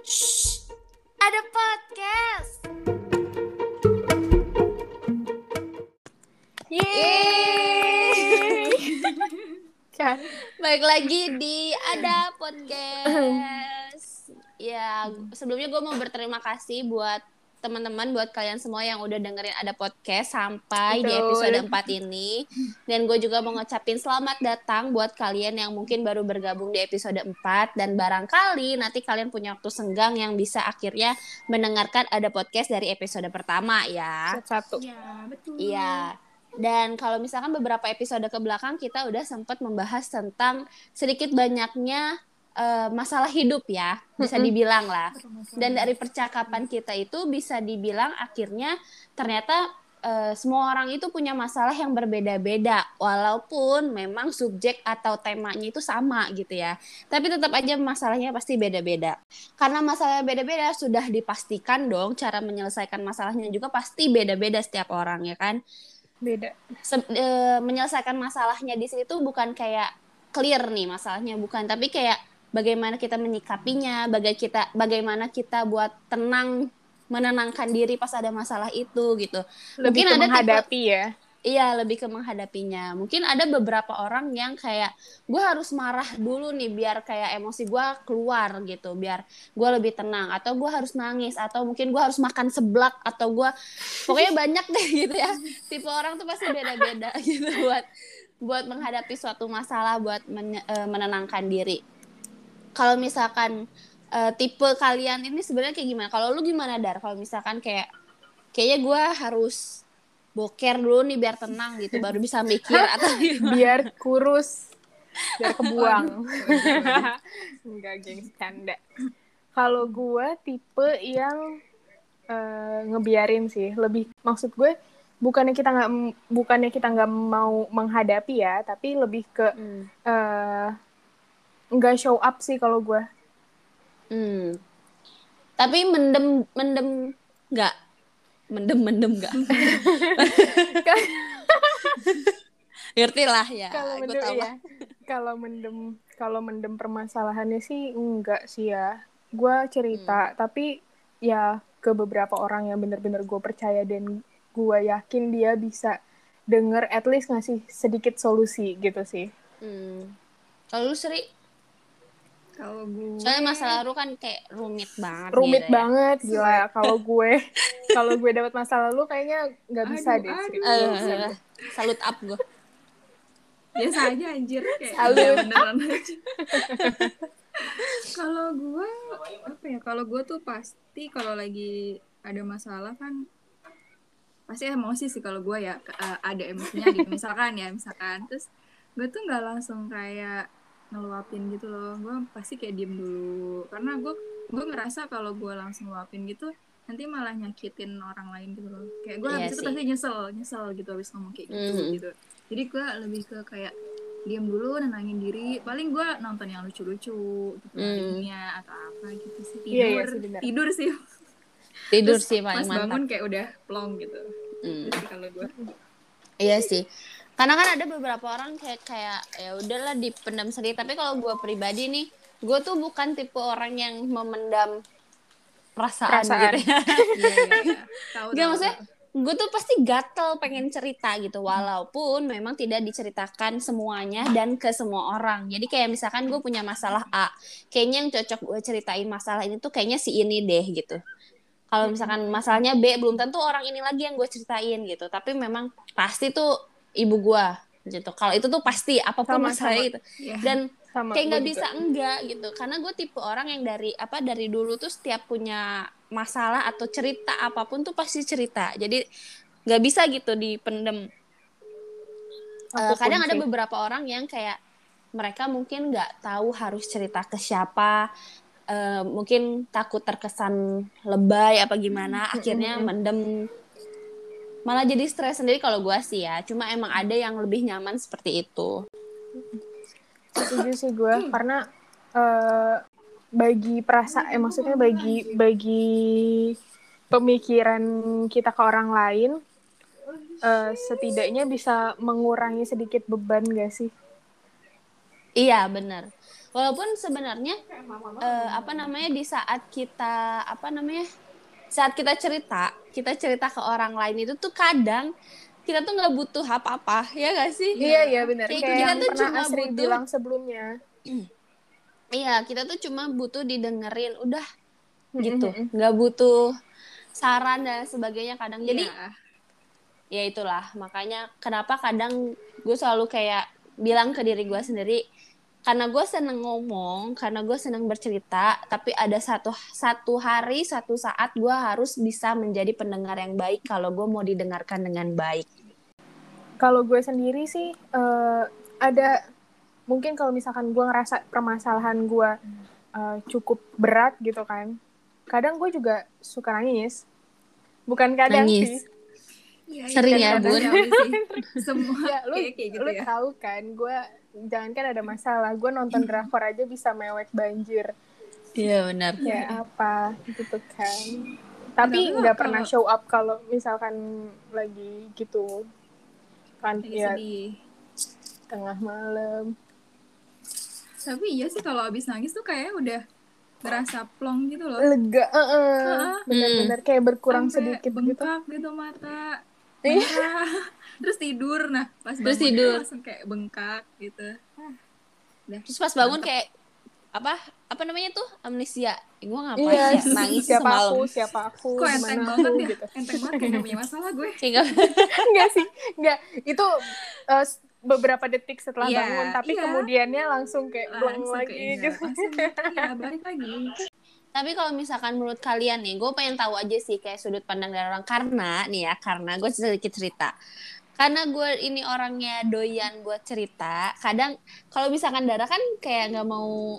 Shh, ada podcast. Yeay. Kan? Balik lagi di Ada Podcast. Ya, sebelumnya gue mau berterima kasih buat teman-teman, buat kalian semua yang udah dengerin Ada Podcast sampai di episode 4 ini. Dan gue juga mau ngucapin selamat datang buat kalian yang mungkin baru bergabung di episode 4. Dan barangkali nanti kalian punya waktu senggang yang bisa akhirnya mendengarkan Ada Podcast dari episode pertama ya. Satu. Ya, betul. Iya. Dan kalau misalkan beberapa episode ke belakang kita udah sempat membahas tentang sedikit banyaknya masalah hidup ya, bisa dibilang lah. Dan dari percakapan kita itu bisa dibilang akhirnya ternyata semua orang itu punya masalah yang berbeda-beda, walaupun memang subjek atau temanya itu sama gitu ya. Tapi tetap aja masalahnya pasti beda-beda. Karena masalahnya beda-beda, sudah dipastikan dong cara menyelesaikan masalahnya juga pasti beda-beda setiap orang ya kan. Beda. Menyelesaikan masalahnya di situ bukan kayak clear nih masalahnya, bukan, tapi kayak bagaimana kita menyikapinya, bagaimana kita buat menenangkan diri pas ada masalah itu gitu. Lebih mungkin ke ada menghadapi tipe, ya. Iya, lebih ke menghadapinya. Mungkin ada beberapa orang yang kayak gue harus marah dulu nih biar kayak emosi gue keluar gitu, biar gue lebih tenang, atau gue harus nangis, atau mungkin gue harus makan seblak, atau gue pokoknya banyak deh gitu ya. Tipe orang tuh pasti beda-beda gitu buat menghadapi suatu masalah, buat menenangkan diri. Kalau misalkan tipe kalian ini sebenarnya kayak gimana? Kalau lu gimana, Dar? Kalau misalkan kayaknya gue harus boker dulu nih biar tenang gitu, baru bisa mikir atau gimana? Biar kurus, biar kebuang. Enggak, geng, canda. Kalau gue tipe yang ngebiarin sih. Lebih, maksud gue bukannya kita nggak mau menghadapi ya, tapi lebih ke nggak show up sih kalau gue. Tapi mendem nggak? Mendem nggak? Ngerti lah ya. Kalau mendem permasalahannya sih enggak sih ya. Gue cerita, tapi ya ke beberapa orang yang benar-benar gue percaya dan gue yakin dia bisa denger, at least ngasih sedikit solusi gitu sih. Kalau lu, Sri? Kalau gue, soalnya masalah lu kan kayak rumit banget. Rumit gitu banget, ya. gila. Kalau gue dapat masalah lu kayaknya nggak bisa deh. Salut up gue. Biasa aja anjir kayak beneran aja. Kalau gue apa ya? Kalau gue tuh pasti kalau lagi ada masalah kan pasti emosi sih kalau gue ya, ada emosinya gitu. Misalkan terus gue tuh nggak langsung kayak ngeluapin gitu loh. Gue pasti kayak diem dulu karena gue ngerasa kalau gue langsung ngeluapin gitu nanti malah nyakitin orang lain gitu loh. Kayak gue habis itu pasti nyesel gitu habis ngomong kayak gitu. Jadi gue lebih ke kayak diam dulu, nenangin diri. Paling gue nonton yang lucu-lucu gitu, lainnya atau apa gitu sih. Tidur sih. Tidur terus sih paling pas mantap. bangun kayak udah plong gitu. Terus kalau gue. Iya sih. Karena kan ada beberapa orang kayak ya udahlah dipendam sendiri. Tapi kalau gue pribadi nih, gue tuh bukan tipe orang yang memendam perasaan. Gitu ya. Iya. Gak, maksudnya gue tuh pasti gatel pengen cerita gitu, walaupun memang tidak diceritakan semuanya dan ke semua orang. Jadi kayak misalkan gue punya masalah A, kayaknya yang cocok gue ceritain masalah ini tuh kayaknya si ini deh gitu. Kalau misalkan masalahnya B, belum tentu orang ini lagi yang gue ceritain gitu. Tapi memang pasti tuh ibu gue gitu. Kalau itu tuh pasti apapun masalahnya gitu. Dan kayak nggak bisa enggak gitu. Karena gue tipe orang yang dari dulu tuh setiap punya masalah atau cerita apapun tuh pasti cerita. Jadi nggak bisa gitu dipendem. Kadang ada beberapa orang yang kayak mereka mungkin nggak tahu harus cerita ke siapa. Mungkin takut terkesan lebay apa gimana, akhirnya mendem, malah jadi stres sendiri. Kalau gue sih ya, cuma emang ada yang lebih nyaman seperti itu. Setuju sih gue, karena maksudnya bagi pemikiran kita ke orang lain, setidaknya bisa mengurangi sedikit beban gak sih? Iya, benar. Walaupun sebenarnya di saat kita saat kita cerita ke orang lain itu tuh kadang kita tuh nggak butuh apa-apa, ya nggak sih? Iya benar. Kayak Kayak kita yang tuh pernah cuma Asri butuh, bilang sebelumnya. iya, kita tuh cuma butuh didengerin, udah gitu. Nggak butuh saran dan sebagainya kadang. Jadi Iya. ya itulah, makanya kenapa kadang gue selalu kayak bilang ke diri gue sendiri, karena gue seneng ngomong, karena gue seneng bercerita, tapi ada satu hari, satu saat gue harus bisa menjadi pendengar yang baik kalau gue mau didengarkan dengan baik. Kalau gue sendiri sih ada mungkin kalau misalkan gue ngerasa permasalahan gue cukup berat gitu kan, kadang gue juga suka nangis. Bukan kadang Nangis. sih. Iya, Sering ya, kadang Bun? sih. Semua Ya, kayak gitu lu ya. tahu kan, gue jangankan ada masalah, gue nonton drakor aja bisa mewek banjir. Iya, benar. Kayak apa gitu kan. Tapi Tapi nggak pernah show up kalau misalkan lagi gitu kan, lagi ya sedih. tengah malam. Tapi iya sih kalau abis nangis tuh kayak udah ngerasa plong gitu loh. Lega, benar-benar kayak berkurang Sampai sedikit bengkak gitu mata, merah. Terus tidur, nah pas Terus bangun itu tidur. langsung kayak bengkak gitu. Terus pas bangun Mantep. kayak apa namanya tuh, amnesia. Gue ngapain ya nangis semalam. siapa aku, Kok di enteng mana banget aku ya? gitu. Enteng banget kayak gak punya masalah gue. Enggak sih, enggak. Itu beberapa detik setelah Iya, bangun, tapi iya. kemudiannya langsung kayak blong Langsung lagi keinget. gitu. Langsung iya balik lagi. Tapi kalau misalkan menurut kalian nih, gue pengen tahu aja sih kayak sudut pandang dari orang, karena gue sedikit cerita. Karena gue ini orangnya doyan buat cerita. Kadang kalau misalkan Dara kan kayak nggak mau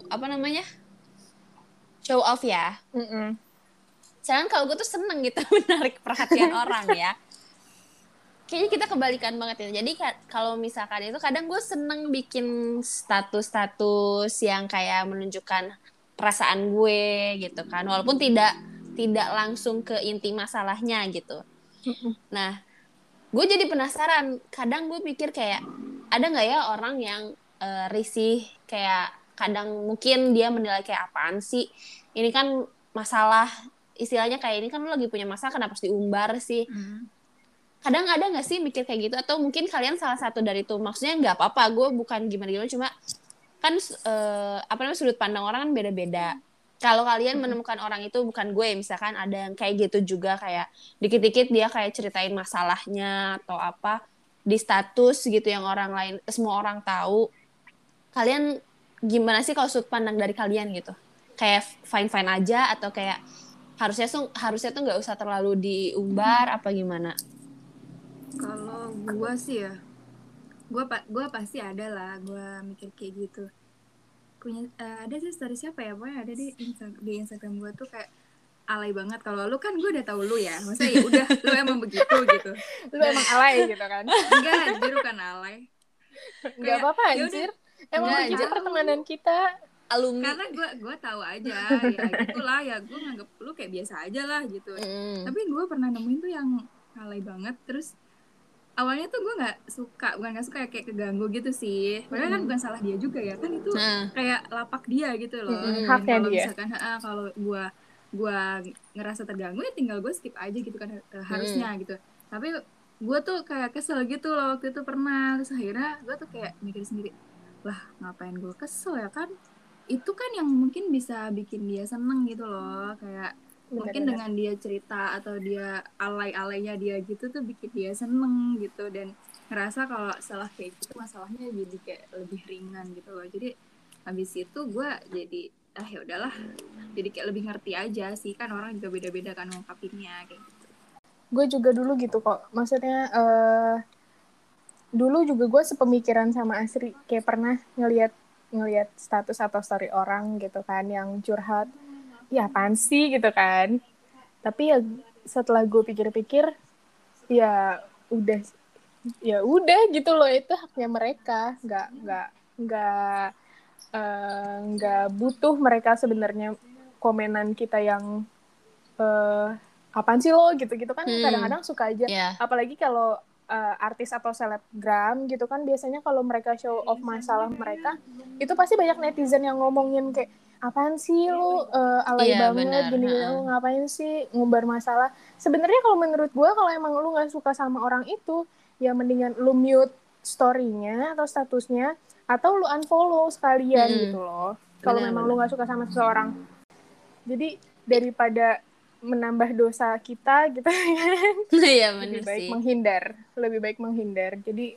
show off ya. Sedangkan kalau gue tuh seneng gitu menarik perhatian orang ya. Kayaknya kita kebalikan banget ya. Jadi kalau misalkan itu kadang gue seneng bikin status-status yang kayak menunjukkan perasaan gue gitu kan. Walaupun tidak langsung ke inti masalahnya gitu. Nah, gue jadi penasaran. Kadang gue pikir kayak ada nggak ya orang yang risih, kayak kadang mungkin dia menilai kayak apaan sih? Ini kan masalah, istilahnya kayak ini kan lu lagi punya masalah, kenapa harus diumbar sih? Kadang ada nggak sih mikir kayak gitu, atau mungkin kalian salah satu dari itu? Maksudnya nggak apa-apa, gue bukan gimana-gimana, cuma kan sudut pandang orang kan beda-beda. Kalau kalian menemukan orang itu, bukan gue, misalkan ada yang kayak gitu juga, kayak dikit-dikit dia kayak ceritain masalahnya atau apa di status gitu yang orang lain, semua orang tahu. Kalian gimana sih kalau sudut pandang dari kalian gitu? Kayak fine-fine aja atau kayak harusnya tuh nggak usah terlalu diumbar apa gimana? Kalau gue sih ya, gue pasti ada lah, gue mikir kayak gitu. Punya ada sih story siapa ya, pokoknya ada di Instagram gue tuh kayak alay banget. Kalau lu kan gue udah tahu lu ya, maksudnya ya udah lu emang begitu gitu. Lu emang alay gitu kan? Enggak, anjir, bukan alay. Enggak apa-apa anjir. Emang Enggak, begitu anjir. pertemanan kita. Alumni. Karena gue tahu aja ya gitulah ya, gue nganggep lu kayak biasa aja lah gitu. Tapi gue pernah nemuin tuh yang alay banget. Terus awalnya tuh gue nggak suka kayak keganggu gitu sih. Padahal kan bukan salah dia juga ya, kan itu kayak lapak dia gitu loh. Haknya Kalau dia. misalkan kalau gue ngerasa terganggu ya tinggal gue skip aja gitu kan, harusnya gitu. Tapi gue tuh kayak kesel gitu loh waktu itu pernah. Terus akhirnya gue tuh kayak mikir sendiri, lah ngapain gue kesel ya, kan itu kan yang mungkin bisa bikin dia seneng gitu loh. Kayak mungkin dengan dia cerita atau dia alay-alaynya dia gitu tuh bikin dia seneng gitu, dan ngerasa kalau salah kayak gitu masalahnya jadi kayak lebih ringan gitu loh. Jadi habis itu gue jadi ya udahlah, jadi kayak lebih ngerti aja sih, kan orang juga beda-beda kan ngungkapinnya kayak gitu. Gue juga dulu gitu kok, maksudnya dulu juga gue sepemikiran sama Asri, kayak pernah ngelihat status atau story orang gitu kan yang curhat, ya apaan sih gitu kan. Tapi ya setelah gue pikir-pikir, ya udah gitu loh, itu haknya mereka, nggak butuh mereka sebenarnya komenan kita yang apaan sih lo gitu kan. Kadang-kadang suka aja, apalagi kalau artis atau selebgram gitu kan, biasanya kalau mereka show off masalah mereka, itu pasti banyak netizen yang ngomongin kayak, apaan sih lu alay Iya, banget, benar. gini lu ngapain sih ngumbar masalah. Sebenarnya kalau menurut gue, kalau emang lu nggak suka sama orang itu, ya mendingan lu mute story-nya atau statusnya, atau lu unfollow sekalian gitu loh. Kalau memang lu nggak suka sama seseorang. Jadi daripada menambah dosa kita gitu kan, Iya, lebih benar baik sih. menghindar. Jadi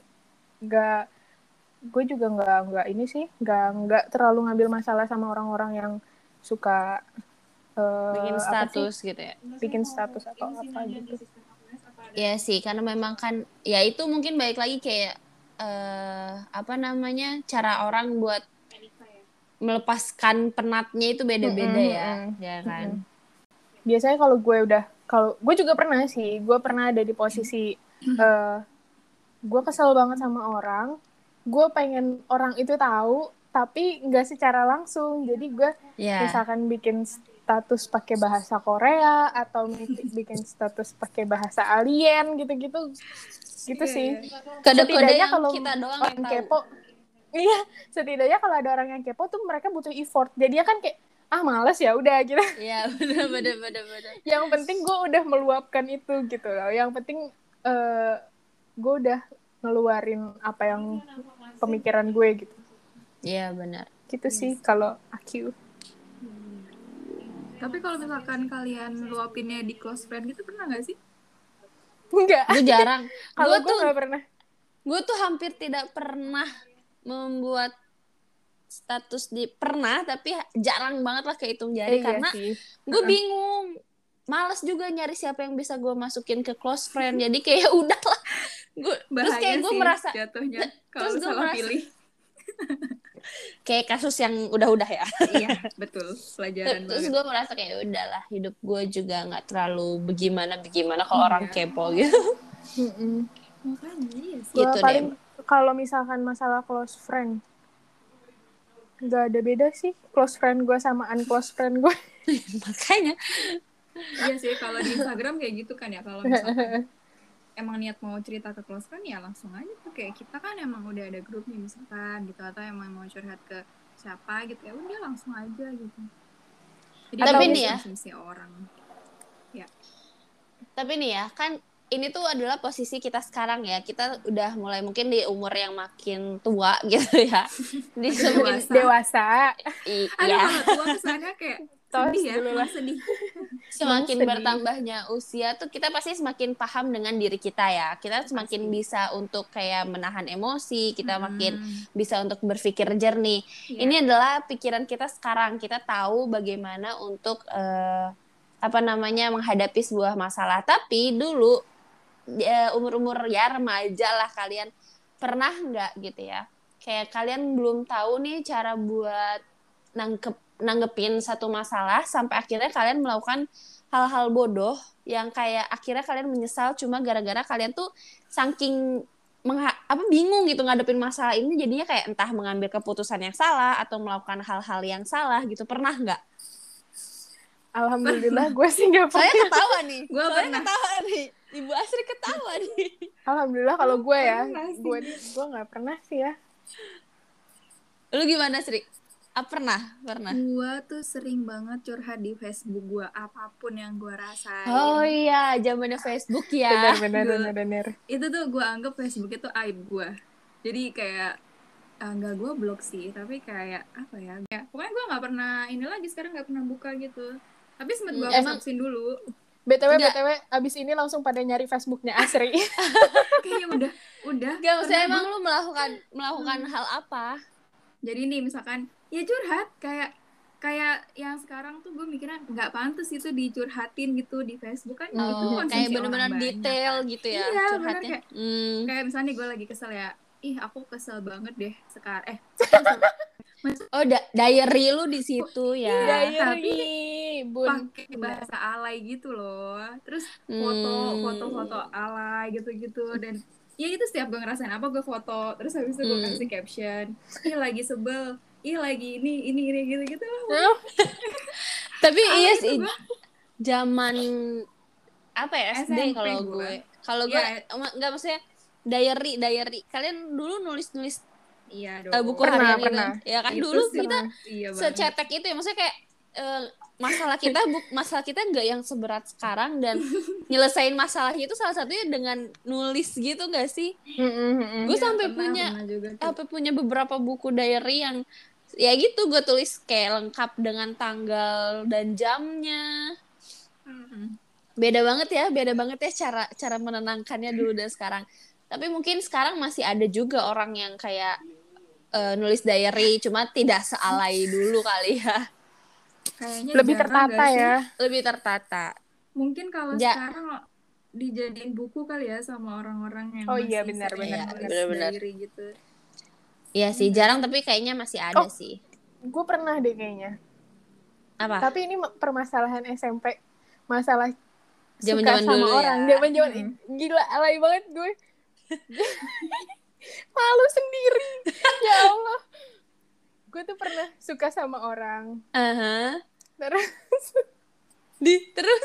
gue juga nggak ini sih, nggak terlalu ngambil masalah sama orang-orang yang suka Bikin apa sih, status gitu ya. bikin status atau apa gitu. Iya sih, karena memang kan ya itu mungkin balik lagi kayak apa namanya, cara orang buat melepaskan penatnya itu beda-beda ya kan. Biasanya kalau gue juga pernah sih, gue pernah ada di posisi gue kesel banget sama orang, gue pengen orang itu tahu tapi nggak secara langsung. Jadi gue misalkan bikin status pakai bahasa Korea atau bikin status pakai bahasa alien gitu sih. Kode-kode yang kalau kita doang yang tahu. Kepo, iya, setidaknya kalau ada orang yang kepo tuh mereka butuh effort. Jadinya kan kayak males ya udah gitu. Iya, benar. Yang penting gue udah meluapkan itu gitu loh. Yang penting gue udah ngeluarin apa yang pemikiran gue gitu. Iya, benar. Gitu sih kalau aku. Tapi kalau misalkan kalian luapinnya di close friend gitu, pernah nggak sih? Enggak. Gue jarang. Kalau gue nggak pernah. Gue tuh hampir tidak pernah membuat status pernah, tapi jarang banget lah, kehitung jari karena gue bingung, males juga nyari siapa yang bisa gue masukin ke close friend. Jadi kayak udahlah, terus kayak gue merasa jatuhnya kalau salah pilih. Kayak kasus yang udah ya. Iya, betul, pelajaran terus banget. Gue merasa kayak udahlah, hidup gue juga nggak terlalu bagaimana kalau orang kepo gitu. Makanya iya sih. Gue paling kalau misalkan masalah close friend, nggak ada beda sih close friend gue sama unclose friend gue. Makanya iya sih, kalau di Instagram kayak gitu kan ya, kalau misalkan emang niat mau cerita ke close friend ya langsung aja tuh, kayak kita kan emang udah ada grupnya misalkan gitu, atau emang mau curhat ke siapa gitu ya udah langsung aja gitu. Jadi tapi nih ya, orang ya. Tapi nih ya, kan ini tuh adalah posisi kita sekarang ya. Kita udah mulai mungkin di umur yang makin tua gitu ya. Di dewasa. Iya. Kalau tua kesannya kayak sedih ya, sedih. Semakin bertambahnya usia tuh kita pasti semakin paham dengan diri kita ya. Kita semakin bisa untuk kayak menahan emosi, kita makin bisa untuk berpikir jernih. Ini adalah pikiran kita sekarang. Kita tahu bagaimana untuk menghadapi sebuah masalah. Tapi dulu umur-umur ya remaja lah, kalian pernah nggak gitu ya, kayak kalian belum tahu nih cara buat nanggepin satu masalah sampai akhirnya kalian melakukan hal-hal bodoh yang kayak akhirnya kalian menyesal cuma gara-gara kalian tuh saking bingung gitu ngadepin masalah ini, jadinya kayak entah mengambil keputusan yang salah atau melakukan hal-hal yang salah gitu. Pernah nggak? Alhamdulillah gue sih nggak pernah. Saya ketawa nih. Ketawa nih. Ibu Asri ketawa nih. Alhamdulillah kalau gue ya, gue nggak pernah sih ya. Lu gimana, Sri? Pernah. Gue tuh sering banget curhat di Facebook gue, apapun yang gue rasain. Oh iya, zamannya Facebook ya. Benar. Itu tuh gue anggap Facebook itu aib gue. Jadi kayak nggak gue blok sih, tapi kayak apa ya? Pokoknya gue nggak pernah ini lagi sekarang, nggak pernah buka gitu. Tapi sempat gue hapusin dulu. BTW, abis ini langsung pada nyari Facebooknya Asri. Kayaknya udah. Gak usah, emang lu melakukan hal apa? Jadi nih misalkan, ya curhat, kayak yang sekarang tuh gue mikirnya nggak pantas itu dicurhatin gitu di Facebook kan. Itu kayak bener-bener detail kan? Gitu ya. Iya, curhatnya. Kayak misalnya nih gue lagi kesel ya. Aku kesel banget deh sekarang. Diary lu di situ ya. Diary, pakai bahasa alay gitu loh. Terus foto alay gitu-gitu, dan ya itu setiap gue ngerasain apa gue foto, terus habis itu gue kasih caption, lagi sebel, lagi ini gitu-gitu. Tapi iya sih, zaman apa ya, SD kalau gue. Kalau gue enggak, maksudnya diary. Kalian dulu nulis Iya dong. buku harian gitu. Pernah. Ya kan Itu dulu sih, kita iya banget. secetek itu ya, maksudnya kayak masalah kita nggak yang seberat sekarang, dan nyelesain masalah itu salah satunya dengan nulis gitu nggak sih? Gue Iya, sampai pernah juga tuh. punya beberapa buku diary yang ya gitu, gue tulis kayak lengkap dengan tanggal dan jamnya. Beda banget ya cara menenangkannya dulu dan sekarang. Tapi mungkin sekarang masih ada juga orang yang kayak nulis diary, cuma tidak sealay dulu kali ya. Kayaknya Lebih jarang tertata gak sih? ya. Lebih tertata. Mungkin kalau Ja- sekarang dijadiin buku kali ya sama orang-orang yang Oh iya, masih benar, sering benar. nulis Benar-benar. diary gitu. Iya sih, jarang tapi kayaknya masih ada sih. Gue pernah deh kayaknya. Apa? Tapi ini permasalahan SMP. Masalah suka Zaman-zaman sama dulu orang. ya. Zaman-zaman gila, alay banget gue. Malu sendiri. Ya Allah. Gue tuh pernah suka sama orang. Aha. Terus Terus?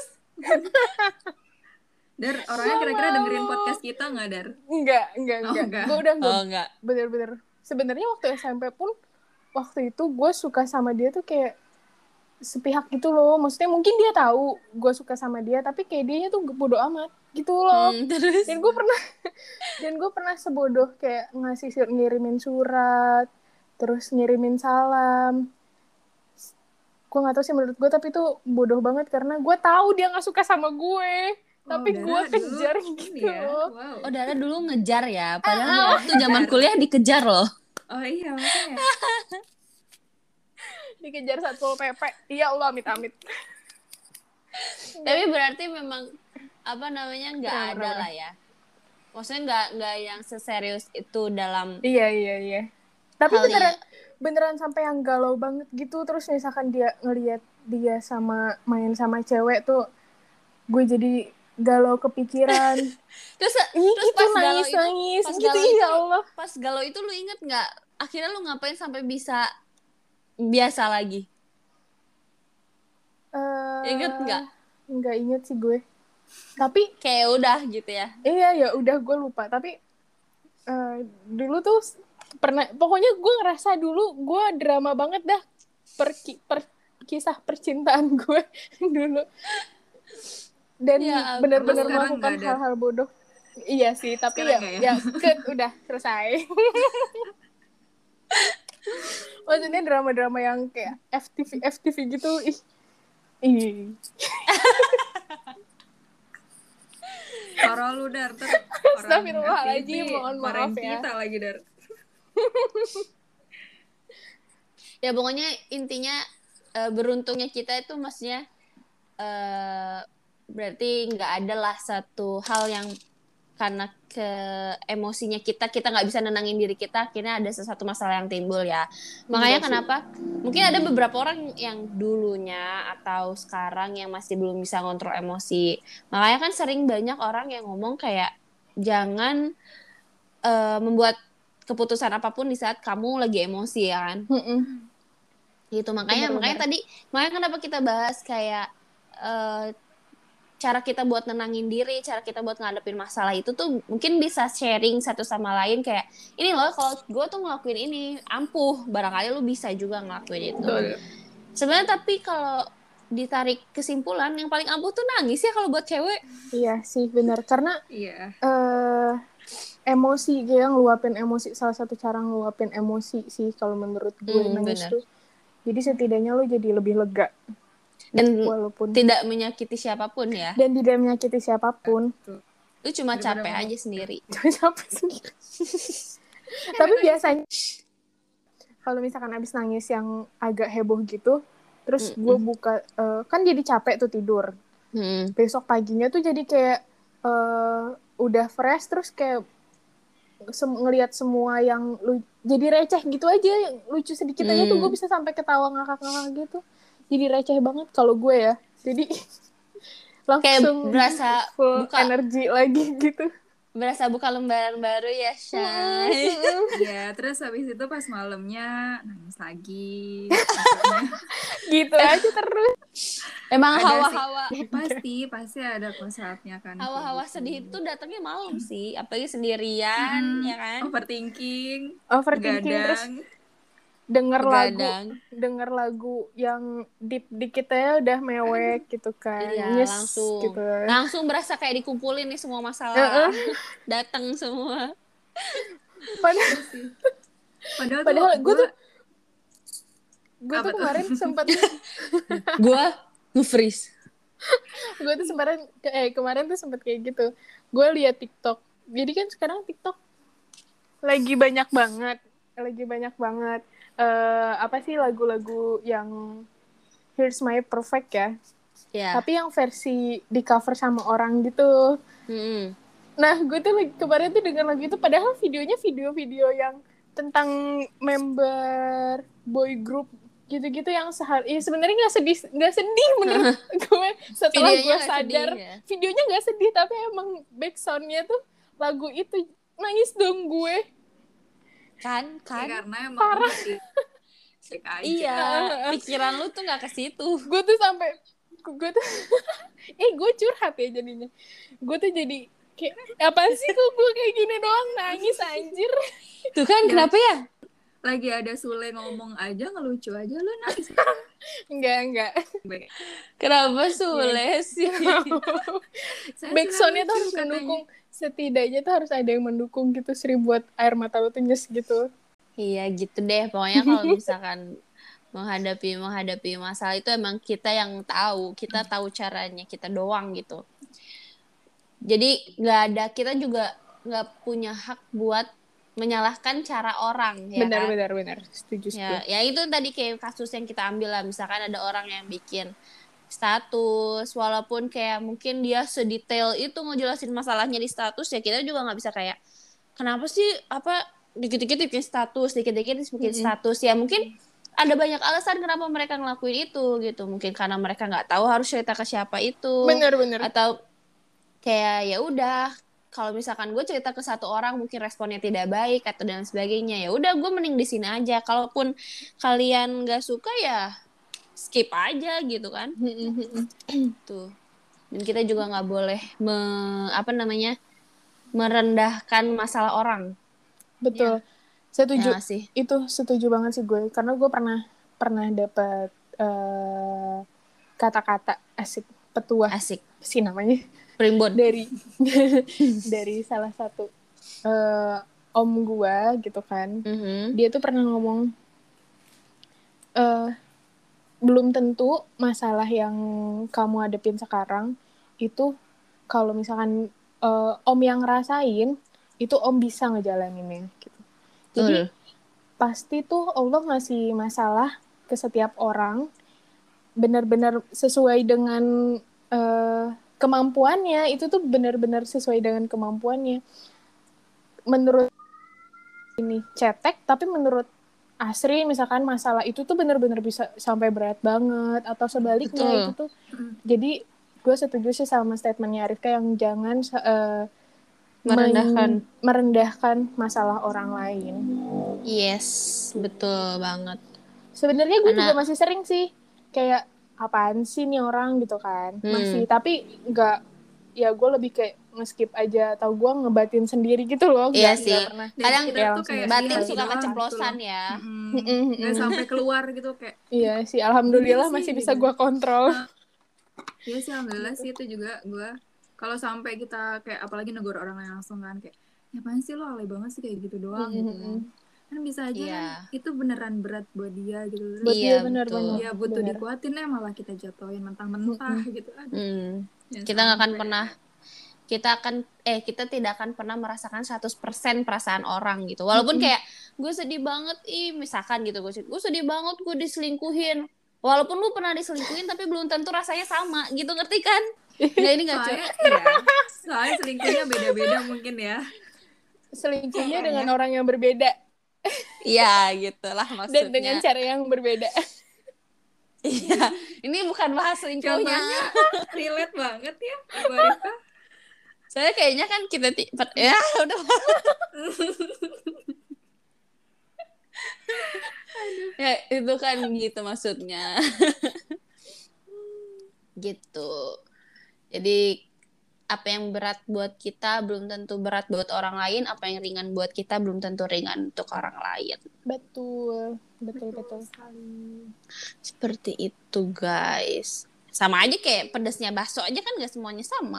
Dar, orangnya kira-kira dengerin podcast kita nggak, Dar? enggak. Enggak. Gue udah Enggak. bener-bener. Sebenarnya waktu SMP pun, waktu itu gue suka sama dia tuh kayak sepihak gitu loh. Maksudnya mungkin dia tahu gue suka sama dia, tapi kayak dianya tuh bodo amat gitu loh. Terus? Dan gue pernah sebodoh kayak ngirimin surat, terus ngirimin salam. Gue nggak tahu sih menurut gue, tapi itu bodoh banget karena gue tahu dia nggak suka sama gue. Tapi gue Dara kejar dulu gitu ini ya. loh. Wow. Oh, Dara dulu ngejar ya. Padahal waktu zaman kuliah dikejar loh. Oh iya, makanya. Dikejar Satpol PP. Ya Allah, amit-amit. Tapi berarti memang apa namanya nggak ada Benar. lah ya. Maksudnya nggak yang seserius itu dalam Iya. Tapi halnya. beneran sampai yang galau banget gitu. Terus misalkan dia ngelihat dia main sama cewek tuh, gue jadi galau kepikiran. Terus gitu, pas galau nangis pas gitu, galau ya itu Allah. pas galau itu lu inget nggak akhirnya lu ngapain sampai bisa biasa lagi? Inget nggak? Nggak inget sih gue. Tapi Kayak udah gitu ya. iya ya udah, gue lupa. Tapi dulu tuh pernah, pokoknya gue ngerasa dulu gue drama banget dah kisah percintaan gue dulu. Dan Ya, benar-benar sekarang melakukan nggak ada. hal-hal bodoh. Iya sih, tapi Sekarang ya nggak ya? udah selesai. Maksudnya drama-drama yang kayak FTV gitu. Ih. Parah lu, Dar. Astagfirullahaladzim, mohon maaf ya. Kita lagi, Dar. Ya pokoknya intinya beruntungnya kita itu maksudnya berarti nggak ada lah satu hal yang karena ke emosinya kita nggak bisa nenangin diri kita, akhirnya ada sesuatu masalah yang timbul ya. Makanya kenapa mungkin ada beberapa orang yang dulunya atau sekarang yang masih belum bisa ngontrol emosi. Makanya kan sering banyak orang yang ngomong kayak jangan membuat keputusan apapun di saat kamu lagi emosi ya kan. Gitu makanya kenapa kita bahas kayak cara kita buat nenangin diri, cara kita buat ngadepin masalah itu tuh mungkin bisa sharing satu sama lain kayak ini loh kalau gue tuh ngelakuin ini ampuh, barangkali lu bisa juga ngelakuin itu. Sebenarnya tapi kalau ditarik kesimpulan yang paling ampuh tuh nangis ya kalau buat cewek. Iya sih benar, karena emosi kayak ngeluapin emosi, salah satu cara ngeluapin emosi sih kalau menurut gue nangis tuh. Jadi setidaknya lu jadi lebih lega. Dan walaupun tidak menyakiti siapapun ya. Dan tidak menyakiti siapapun. Lu cuma capek aja sendiri. Capek sendiri. Tapi biasanya kalau misalkan abis nangis yang agak heboh gitu, terus gue buka, kan jadi capek tuh tidur. Besok paginya tuh jadi kayak udah fresh, terus kayak ngelihat semua yang jadi receh gitu aja, yang lucu sedikit aja tuh gue bisa sampai ketawa ngakak-ngakak gitu. Jadi receh banget kalau gue ya. Jadi langsung kayak berasa full buka energi lagi gitu. Berasa buka lembaran baru ya, Shay. Iya, terus habis itu pas malamnya nangis lagi. Besoknya Gitu aja terus. Emang ada hawa-hawa sih, pasti ada kok saatnya kan. kayak hawa-hawa gitu. sedih itu datangnya malam sih, apalagi sendirian, ya kan? Overthinking, Terus begadang. denger lagu yang deep dikit aja udah mewek gitu kan. Iya, Nyes langsung gitu. langsung berasa kayak dikumpulin nih semua masalah. Datang semua. Padahal, Padahal gue tuh Apa tuh? kemarin sempat Gua nge-freeze. kemarin tuh sempat kayak gitu. Gue liat TikTok. Jadi kan sekarang TikTok lagi banyak banget apa sih lagu-lagu yang Here's My Perfect ya. Ya. Tapi yang versi di cover sama orang gitu. Nah, gue tuh kemarin tuh denger lagu itu, padahal videonya video-video yang tentang member boy group gitu-gitu yang sebenarnya nggak sedih menurut gue. Setelah gue sadar sedih, ya? videonya nggak sedih, tapi emang back soundnya tuh lagu itu, nangis dong gue. Kan Ya, karena emang parah. Iya, pikiran lu tuh nggak ke situ. Gue tuh gue curhat ya jadinya. Gue tuh jadi kayak, apa sih kok gue kayak gini doang nangis anjir. Tuh kan, kenapa ya? Lagi ada Sule ngomong aja ngelucu aja lu nangis. Enggak. Kenapa Sule sih? Backsoundnya tuh harus mendukung. Setidaknya tuh harus ada yang mendukung gitu sih buat air mata lu tuh nyes gitu. Iya gitu deh. Pokoknya kalau misalkan menghadapi masalah itu emang kita yang tahu. Kita tahu caranya, kita doang gitu. Jadi kita juga nggak punya hak buat menyalahkan cara orang, ya kan? Benar. Setuju. Ya itu tadi kayak kasus yang kita ambil lah. Misalkan ada orang yang bikin status, walaupun kayak mungkin dia sedetail itu ngejelasin masalahnya di status, ya kita juga nggak bisa kayak, kenapa sih dikit-dikit bikin status, dikit-dikit bikin status. Ya mungkin ada banyak alasan kenapa mereka ngelakuin itu gitu. Mungkin karena mereka nggak tahu harus cerita ke siapa itu. Benar. Atau kayak ya udah, kalau misalkan gue cerita ke satu orang mungkin responnya tidak baik atau dan sebagainya, ya udah gue mending di sini aja. Kalaupun kalian nggak suka ya skip aja gitu kan. Tuh. Dan kita juga nggak boleh merendahkan masalah orang. Betul. Setuju. Ya, sih. Itu setuju banget sih gue, karena gue pernah dapat kata-kata petuah sih namanya. Primbon. Dari salah satu om gue gitu kan. Dia tuh pernah ngomong, belum tentu masalah yang kamu hadapin sekarang itu kalau misalkan om yang ngerasain itu om bisa ngejalaninnya gitu. Jadi pasti tuh Allah ngasih masalah ke setiap orang benar-benar sesuai dengan kemampuannya. Itu tuh benar-benar sesuai dengan kemampuannya. Menurut ini cetek, tapi menurut Asri misalkan masalah itu tuh benar-benar bisa sampai berat banget, atau sebaliknya. Betul. Itu tuh jadi gue setuju sih sama statementnya Arifka yang jangan merendahkan masalah orang lain. Yes, betul banget. Sebenarnya gue juga masih sering sih kayak, apaan sih nih orang gitu kan. Masih, tapi nggak, ya gue lebih kayak nge-skip aja atau gue ngebatin sendiri gitu loh. Iya sih. Kadang kita tuh kayak batin suka keceplosan gitu ya. Nggak sampai keluar gitu kayak. Iya sih, alhamdulillah masih bisa gue kontrol. Iya sih, alhamdulillah sih. Itu juga gue kalau sampai kita kayak apalagi negor orang lain langsung kan kayak, ya apaan sih lo alay banget sih kayak gitu doang gitu kan bisa aja kan itu beneran berat buat dia gitu. Iya benar. Dia butuh dikuatin malah kita jatuhin mentah-mentah gitu. Kita nggak akan pernah kita tidak akan pernah merasakan 100% perasaan orang gitu. Walaupun kayak gue sedih banget, misalkan gitu, gue sedih banget gue diselingkuhin. Walaupun lu pernah diselingkuhin tapi belum tentu rasanya sama gitu, ngerti kan? Nggak, ini nggak soalnya selingkuhnya beda-beda mungkin ya. Selingkuhnya dengan orang yang berbeda. Iya gitulah maksudnya. Dan dengan cara yang berbeda. Iya, ini bukan bahas selingkuhnya. Relate banget ya, Bu Arifka. Soalnya kayaknya kan kita ya udah. Ya itu kan gitu maksudnya. Gitu. Jadi apa yang berat buat kita belum tentu berat buat orang lain, apa yang ringan buat kita belum tentu ringan untuk orang lain. Betul. sekali. Seperti itu, guys. Sama aja kayak pedasnya bakso aja kan gak semuanya sama.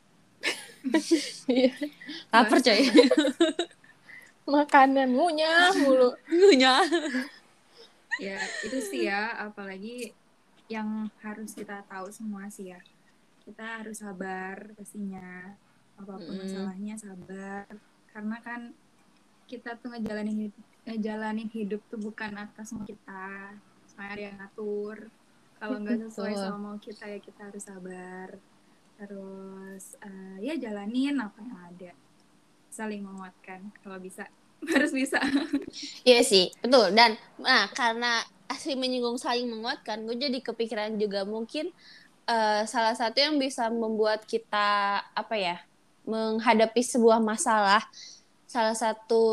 Iya. Lapar coy. Makanan ngunyah mulu. Ngunyah. Ya itu sih ya, apalagi yang harus kita tahu semua sih ya, kita harus sabar pastinya, apapun masalahnya sabar, karena kan kita tuh ngejalanin hidup tuh bukan atas mau kita, semuanya ada yang ngatur. Kalau nggak sesuai sama mau kita ya kita harus sabar, terus ya jalanin apa yang ada, saling menguatkan kalau bisa. Harus bisa. Iya sih, betul. Dan karena asli menyinggung saling menguatkan, gue jadi kepikiran juga mungkin salah satu yang bisa membuat kita menghadapi sebuah masalah, salah satu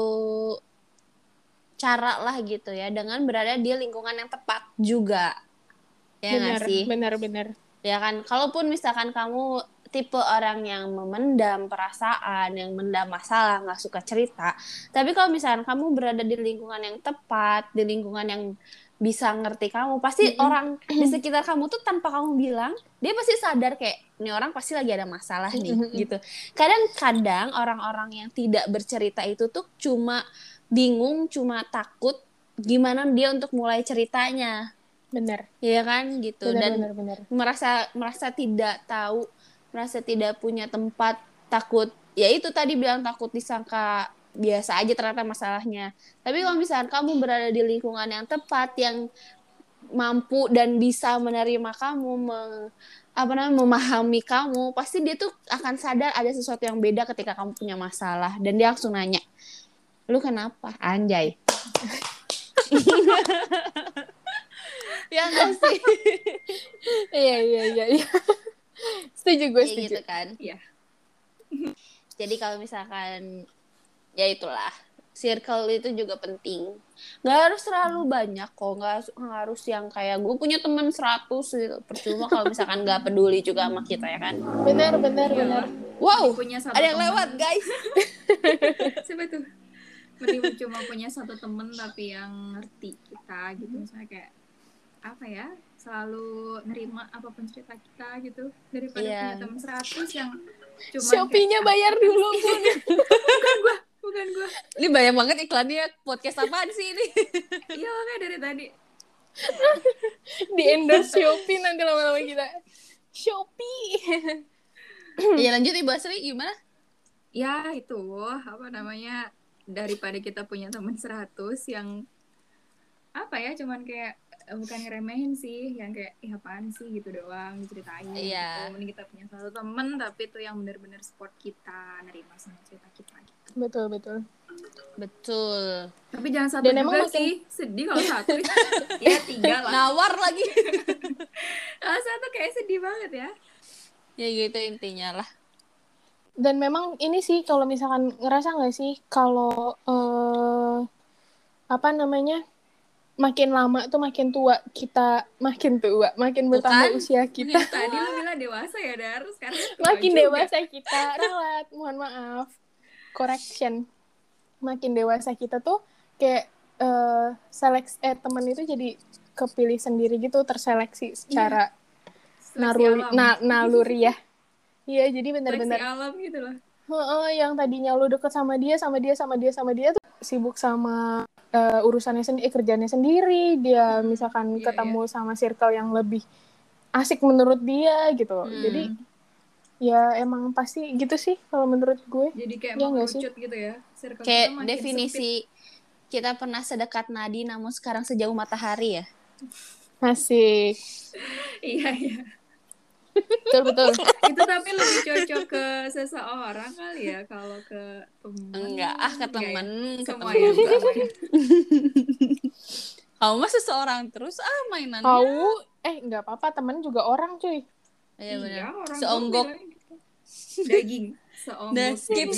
cara lah gitu ya, dengan berada di lingkungan yang tepat juga. Ya nggak sih? Benar. Ya kan, kalaupun misalkan kamu tipe orang yang memendam perasaan, yang mendam masalah, nggak suka cerita, tapi kalau misalkan kamu berada di lingkungan yang tepat, di lingkungan yang bisa ngerti kamu, pasti orang di sekitar kamu tuh tanpa kamu bilang, dia pasti sadar kayak, ini orang pasti lagi ada masalah nih, gitu. Kadang-kadang orang-orang yang tidak bercerita itu tuh cuma bingung, cuma takut gimana dia untuk mulai ceritanya. Benar. Iya kan gitu. Benar. merasa tidak tahu, merasa tidak punya tempat, takut ya itu tadi bilang takut disangka biasa aja ternyata masalahnya. Tapi kalau misalkan kamu berada di lingkungan yang tepat, yang mampu dan bisa menerima kamu, memahami kamu, pasti dia tuh akan sadar ada sesuatu yang beda ketika kamu punya masalah, dan dia langsung nanya, lu kenapa? Anjay. Ya nggak sih? Iya. Setuju gue, setuju. Gitu kan? Iya. Jadi kalau misalkan, ya itulah, circle itu juga penting. Nggak harus terlalu banyak kok, nggak harus yang kayak gue punya teman 100 gitu. Percuma kalau misalkan nggak peduli juga sama kita ya kan. Benar. Wow, punya satu ada yang teman. lewat guys. Siapa tuh? Mending cuma punya satu temen tapi yang ngerti kita gitu, misalnya kayak apa ya, selalu nerima apapun cerita kita gitu, daripada punya temen 100 yang cuma Shopee-nya bayar dulu. bukan gua. Ini banyak banget iklannya, podcast apaan sih ini? Iya makanya dari tadi Di endorse Shopee nanti lama-lama kita. Shopee. Ya lanjut Ibu Asri, gimana? ya itu apa namanya, daripada kita punya temen 100 yang apa ya, cuman kayak bukan ngeremehin sih, yang kayak apaan sih gitu doang diceritain. Iya. Gitu. Mending kita punya satu temen tapi itu yang benar-benar support kita, nerima semua cerita kita gitu. Betul. Tapi jangan satu Dan juga emang sih, sedih kalau satu. Ya 3 lah. Nawar lagi. Kalau satu kayak sedih banget ya. Ya gitu intinya lah. Dan memang ini sih, kalau misalkan ngerasa nggak sih kalau makin lama tuh makin tua kita, makin bertambah usia kita. Tadi lu bilang dewasa ya, Dar, sekarang Makin dewasa kita, ralat, mohon maaf, correction. Makin dewasa kita tuh kayak teman itu jadi kepilih sendiri gitu, terseleksi secara naluri ya. Iya, jadi benar-benar seleksi alam gitu loh. Yang tadinya lu deket sama dia tuh sibuk sama urusannya sendiri, kerjanya sendiri, dia misalkan ketemu sama circle yang lebih asik menurut dia gitu. Jadi ya emang pasti gitu sih kalau menurut gue. Jadi kayak ya, mengerucut gitu ya. Circle kayak kita definisi sempit. Kita pernah sedekat nadi namun sekarang sejauh matahari ya. Asik. Iya. Betul. Itu tapi lebih cocok ke seseorang kali ya, kalau ke teman. Enggak, ke teman, ke semua teman. ya. Kamu mah seseorang terus mainannya. Tahu, enggak apa-apa, teman juga orang, cuy. Iya benar. Orang Seonggok. gitu. Daging. Nah, skip.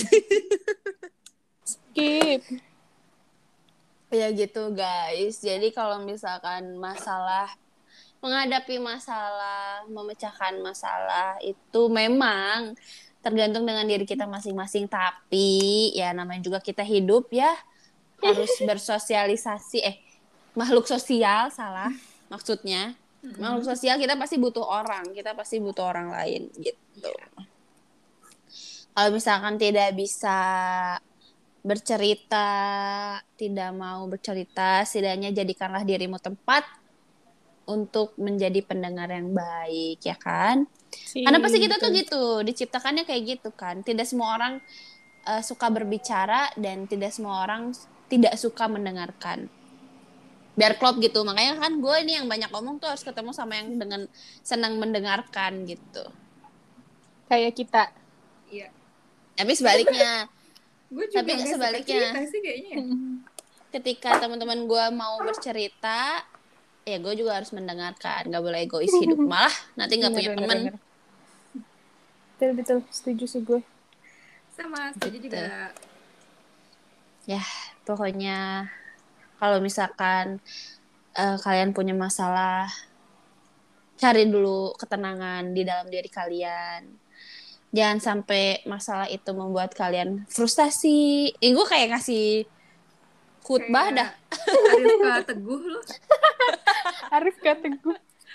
Skip. Ya gitu guys. Jadi kalau misalkan menghadapi masalah, memecahkan masalah itu memang tergantung dengan diri kita masing-masing. Tapi ya namanya juga kita hidup ya, harus bersosialisasi. Makhluk sosial, salah maksudnya. Makhluk sosial, kita pasti butuh orang lain gitu. Kalau misalkan tidak bisa bercerita, tidak mau bercerita, setidaknya jadikanlah dirimu tempat untuk menjadi pendengar yang baik, ya kan? Karena pasti kita tuh gitu, diciptakannya kayak gitu kan. Tidak semua orang suka berbicara dan tidak semua orang tidak suka mendengarkan. Biar klop gitu. Makanya kan gue ini yang banyak ngomong tuh harus ketemu sama yang dengan senang mendengarkan gitu. Kayak kita. Iya. Tapi sebaliknya. Gue juga Tapi gak sebaliknya. suka cerita sih kayaknya. Ketika teman-teman gue mau bercerita, ya gue juga harus mendengarkan. Gak boleh egois hidup. Malah nanti gak punya teman. Betul, setuju sih gue. Sama, setuju juga. Ya, pokoknya kalau misalkan kalian punya masalah, cari dulu ketenangan di dalam diri kalian. Jangan sampai masalah itu membuat kalian frustasi. Gue kayak ngasih khutbah dah. Arifka Teguh loh. Arifka Teguh.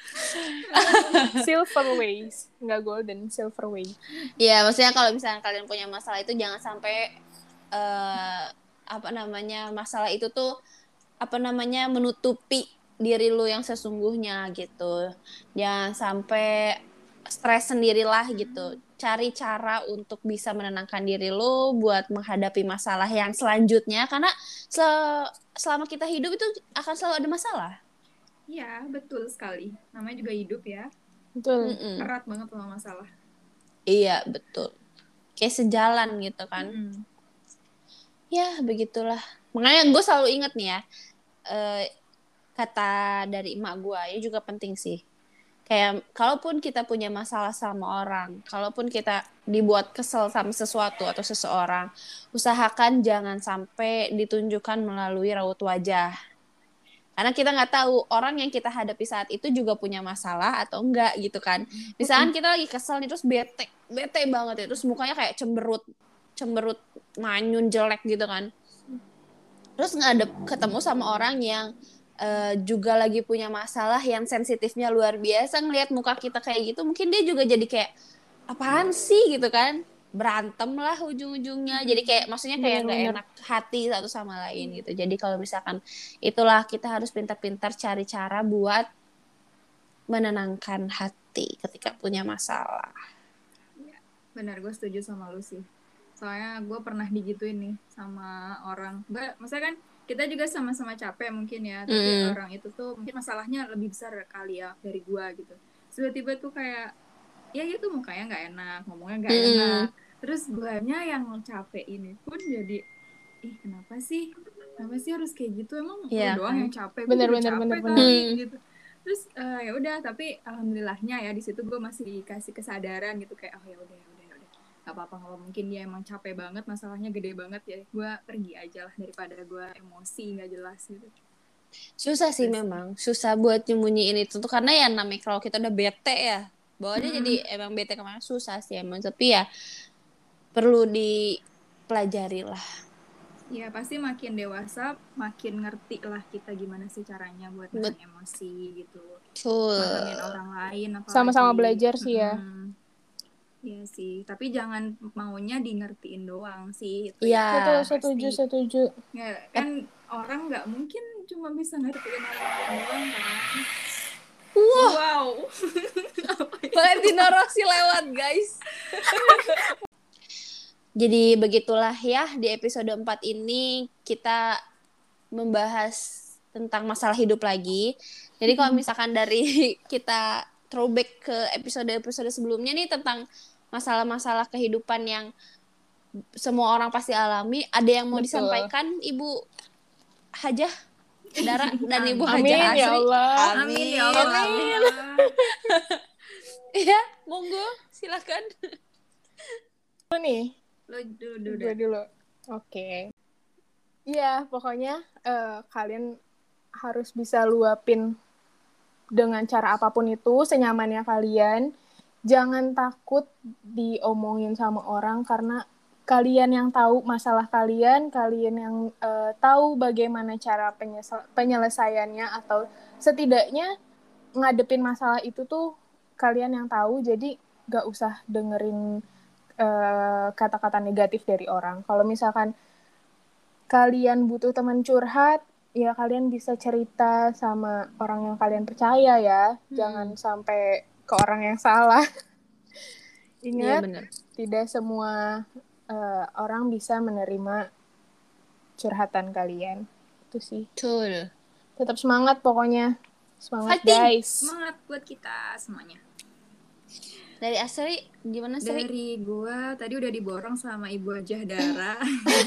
Silver ways, nggak golden, silver way. Ya, maksudnya kalau misalnya kalian punya masalah itu jangan sampai masalah itu tuh menutupi diri lu yang sesungguhnya gitu. Jangan sampai stres sendirilah gitu. Cari cara untuk bisa menenangkan diri lu buat menghadapi masalah yang selanjutnya, karena selama kita hidup itu akan selalu ada masalah. Iya, betul sekali. Namanya juga hidup ya. Betul. Erat banget sama masalah. Iya, betul. Kayak sejalan gitu kan. Ya, begitulah. Makanya gue selalu inget nih ya, kata dari emak gue, ini juga penting sih. Kayak kalaupun kita punya masalah sama orang, kalaupun kita dibuat kesel sama sesuatu atau seseorang, usahakan jangan sampai ditunjukkan melalui raut wajah. Karena kita nggak tahu orang yang kita hadapi saat itu juga punya masalah atau enggak gitu kan. Misalkan kita lagi kesel nih, terus bete banget ya, terus mukanya kayak cemberut manyun jelek gitu kan. Terus ketemu sama orang yang juga lagi punya masalah yang sensitifnya luar biasa, ngelihat muka kita kayak gitu, mungkin dia juga jadi kayak apaan sih gitu kan, berantem lah ujung-ujungnya. Jadi kayak maksudnya kayak nggak enak hati satu sama lain gitu. Jadi kalau misalkan itulah, kita harus pintar-pintar cari cara buat menenangkan hati ketika punya masalah. Benar, gue setuju sama lu sih. Soalnya gue pernah digituin nih sama orang. Maksudnya kan kita juga sama-sama capek mungkin ya, tapi orang itu tuh mungkin masalahnya lebih besar kali ya dari gue gitu. Tiba-tiba tuh kayak ya gitu, mukanya nggak enak, ngomongnya nggak enak. Terus guanya yang capek ini pun jadi kenapa sih harus kayak gitu, emang lu doang yang capek, bener, gitu. Terus ya udah, tapi alhamdulillahnya ya di situ gue masih dikasih kesadaran gitu, kayak oh ya udah gak apa-apa, mungkin dia emang capek banget, masalahnya gede banget ya, gue pergi aja lah daripada gue emosi nggak jelas gitu. Susah sih, memang susah buat nyembunyiin itu tuh, karena ya namanya kalau kita udah bete ya bawaannya jadi emang bete kemana, susah sih emang. Tapi ya perlu dipelajari lah. Ya pasti makin dewasa makin ngerti lah kita gimana sih caranya buat nahan emosi gitu, mahamin orang lain, apalagi sama-sama belajar sih ya. Iya sih, tapi jangan maunya di ngertiin doang sih. Iya, setuju. Ya, kan orang nggak mungkin cuma bisa ngertiin orang doang kan. Wow. Valentino Rossi lewat, guys. Jadi begitulah ya, di episode 4 ini kita membahas tentang masalah hidup lagi. Jadi kalau misalkan dari kita throwback ke episode-episode sebelumnya nih tentang masalah-masalah kehidupan yang semua orang pasti alami, ada yang mau disampaikan Ibu Hajah Dara dan Ibu Hajah Asri? Ya Allah. Amin ya Allah. Ya, monggo silakan. Lu nih, Lo dulu gue deh. dulu. Oke. Iya, pokoknya kalian harus bisa luapin dengan cara apapun itu, senyamannya kalian. Jangan takut diomongin sama orang karena kalian yang tahu masalah kalian yang tahu bagaimana cara penyelesaiannya atau setidaknya ngadepin masalah itu tuh kalian yang tahu. Jadi gak usah dengerin kata-kata negatif dari orang. Kalau misalkan kalian butuh teman curhat, ya kalian bisa cerita sama orang yang kalian percaya ya. Jangan sampai ke orang yang salah. Iya Ingat, bener. tidak semua orang bisa menerima curhatan kalian. Itu sih. Betul. Tetap semangat pokoknya. Semangat Fighting! guys. Semangat buat kita semuanya. Dari Asri, gimana Sri? Dari gua tadi udah diborong sama Ibu Hajah Dara.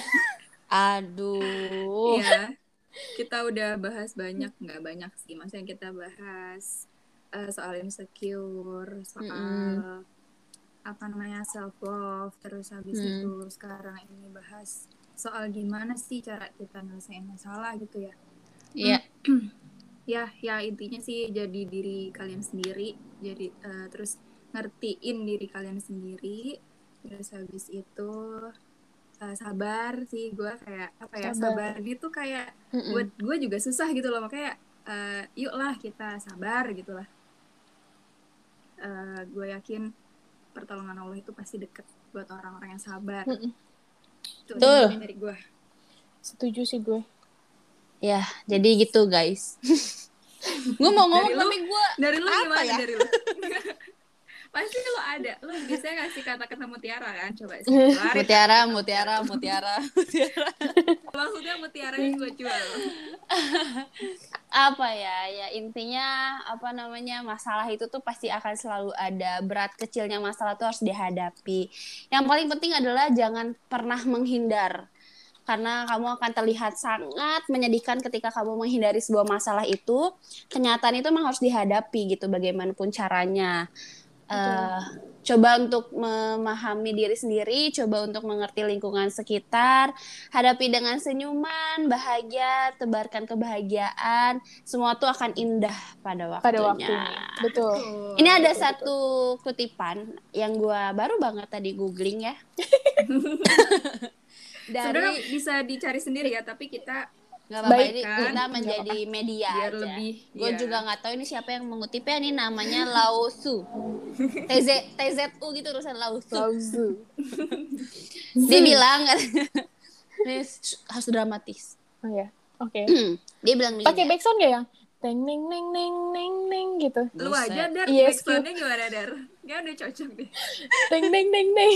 Aduh. Ya, kita udah bahas banyak, nggak banyak sih. Maksudnya kita bahas soal insecure, soal apa namanya self love, terus habis itu sekarang ini bahas soal gimana sih cara kita nyelesain masalah gitu ya. Iya. Ya intinya sih jadi diri kalian sendiri, jadi terus ngertiin diri kalian sendiri, terus habis itu sabar sih. Gue kayak apa ya, sabar gitu kayak buat gue juga susah gitu loh, makanya yuklah kita sabar gitulah. Gue yakin pertolongan Allah itu pasti deket buat orang-orang yang sabar. Itu Betul. dari gue. Setuju sih gue. Ya, jadi gitu guys. Gue mau ngomong Dari tapi gue dari lu apa gimana ya? Dari lu? Pasti lu ada. Lu biasanya ngasih kata-kata mutiara kan? Coba sih. Mutiara. Maksudnya mutiaranya gue jual. Apa ya intinya apa namanya, masalah itu tuh pasti akan selalu ada. Berat kecilnya masalah tuh harus dihadapi. Yang paling penting adalah jangan pernah menghindar. Karena kamu akan terlihat sangat menyedihkan ketika kamu menghindari sebuah masalah itu. Kenyataan itu memang harus dihadapi gitu bagaimanapun caranya. Coba untuk memahami diri sendiri, coba untuk mengerti lingkungan sekitar, hadapi dengan senyuman, bahagia, tebarkan kebahagiaan, semua tuh akan indah pada waktunya. Betul. Ini ada satu kutipan yang gue baru banget tadi googling ya. Sebenarnya bisa dicari sendiri ya, tapi kita nggak apa-apa, Baik, ini kan? kita menjadi media biar aja. lebih, Gue ya. juga nggak tahu ini siapa yang mengutipnya. Ini namanya Lao Tzu. TZU gitu tulisan Lao Tzu. Dia bilang ini harus dramatis. Oh ya, oke. Dia bilang Pakai begini. backsound gak yang teng neng neng neng neng neng gitu? Lu aja Dar, Yes, backsoundnya gimana Dar? Gak udah cocok deh. Teng neng neng neng.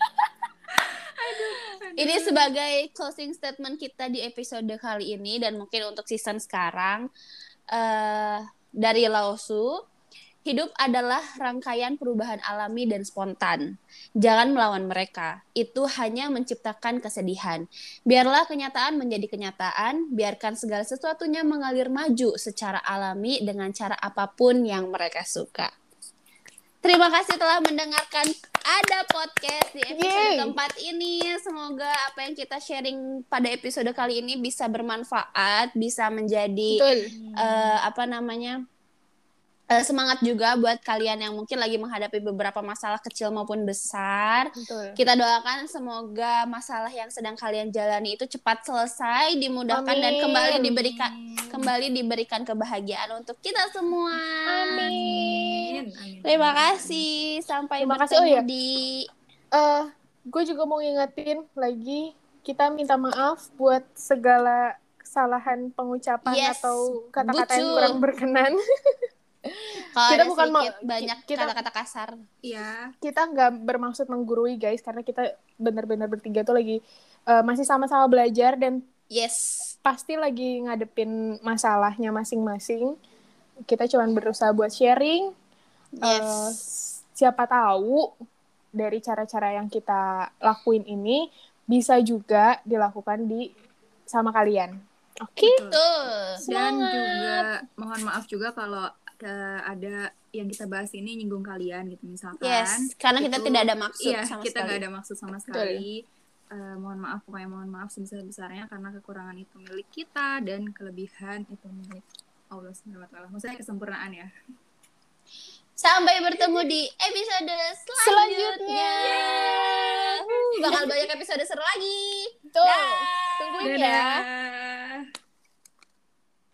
Ini sebagai closing statement kita di episode kali ini dan mungkin untuk season sekarang, dari Lao Tzu, hidup adalah rangkaian perubahan alami dan spontan. Jangan melawan mereka. Itu hanya menciptakan kesedihan. Biarlah kenyataan menjadi kenyataan. Biarkan segala sesuatunya mengalir maju secara alami dengan cara apapun yang mereka suka. Terima kasih telah mendengarkan Ada Podcast di episode keempat ini. Semoga apa yang kita sharing pada episode kali ini bisa bermanfaat, bisa menjadi semangat juga buat kalian yang mungkin lagi menghadapi beberapa masalah kecil maupun besar. Betul. Kita doakan semoga masalah yang sedang kalian jalani itu cepat selesai, dimudahkan dan kembali diberikan kebahagiaan untuk kita semua. Amin. Terima kasih. Sampai Terima bertemu kasih. di gue juga mau ngingetin lagi, kita minta maaf buat segala kesalahan pengucapan atau kata-kata yang kurang berkenan. Kalau kita ada bukan banyak kata-kata kasar. Iya. Kita nggak bermaksud menggurui guys, karena kita benar-benar bertiga tuh lagi masih sama-sama belajar dan pasti lagi ngadepin masalahnya masing-masing. Kita cuma berusaha buat sharing. Siapa tahu dari cara-cara yang kita lakuin ini bisa juga dilakukan sama kalian. Oke. Dan juga mohon maaf juga kalau ada yang kita bahas ini nyinggung kalian gitu misalkan. Yes, karena kita tidak ada maksud iya, sama kita sekali. nggak ada maksud sama sekali. Mohon maaf, pokoknya mohon maaf sebesar-besarnya karena kekurangan itu milik kita dan kelebihan itu milik Allah SWT. Maksudnya kesempurnaan ya. Sampai bertemu di episode selanjutnya. Bakal banyak episode seru lagi. Tuh, Dah. tungguin ya. Dadah.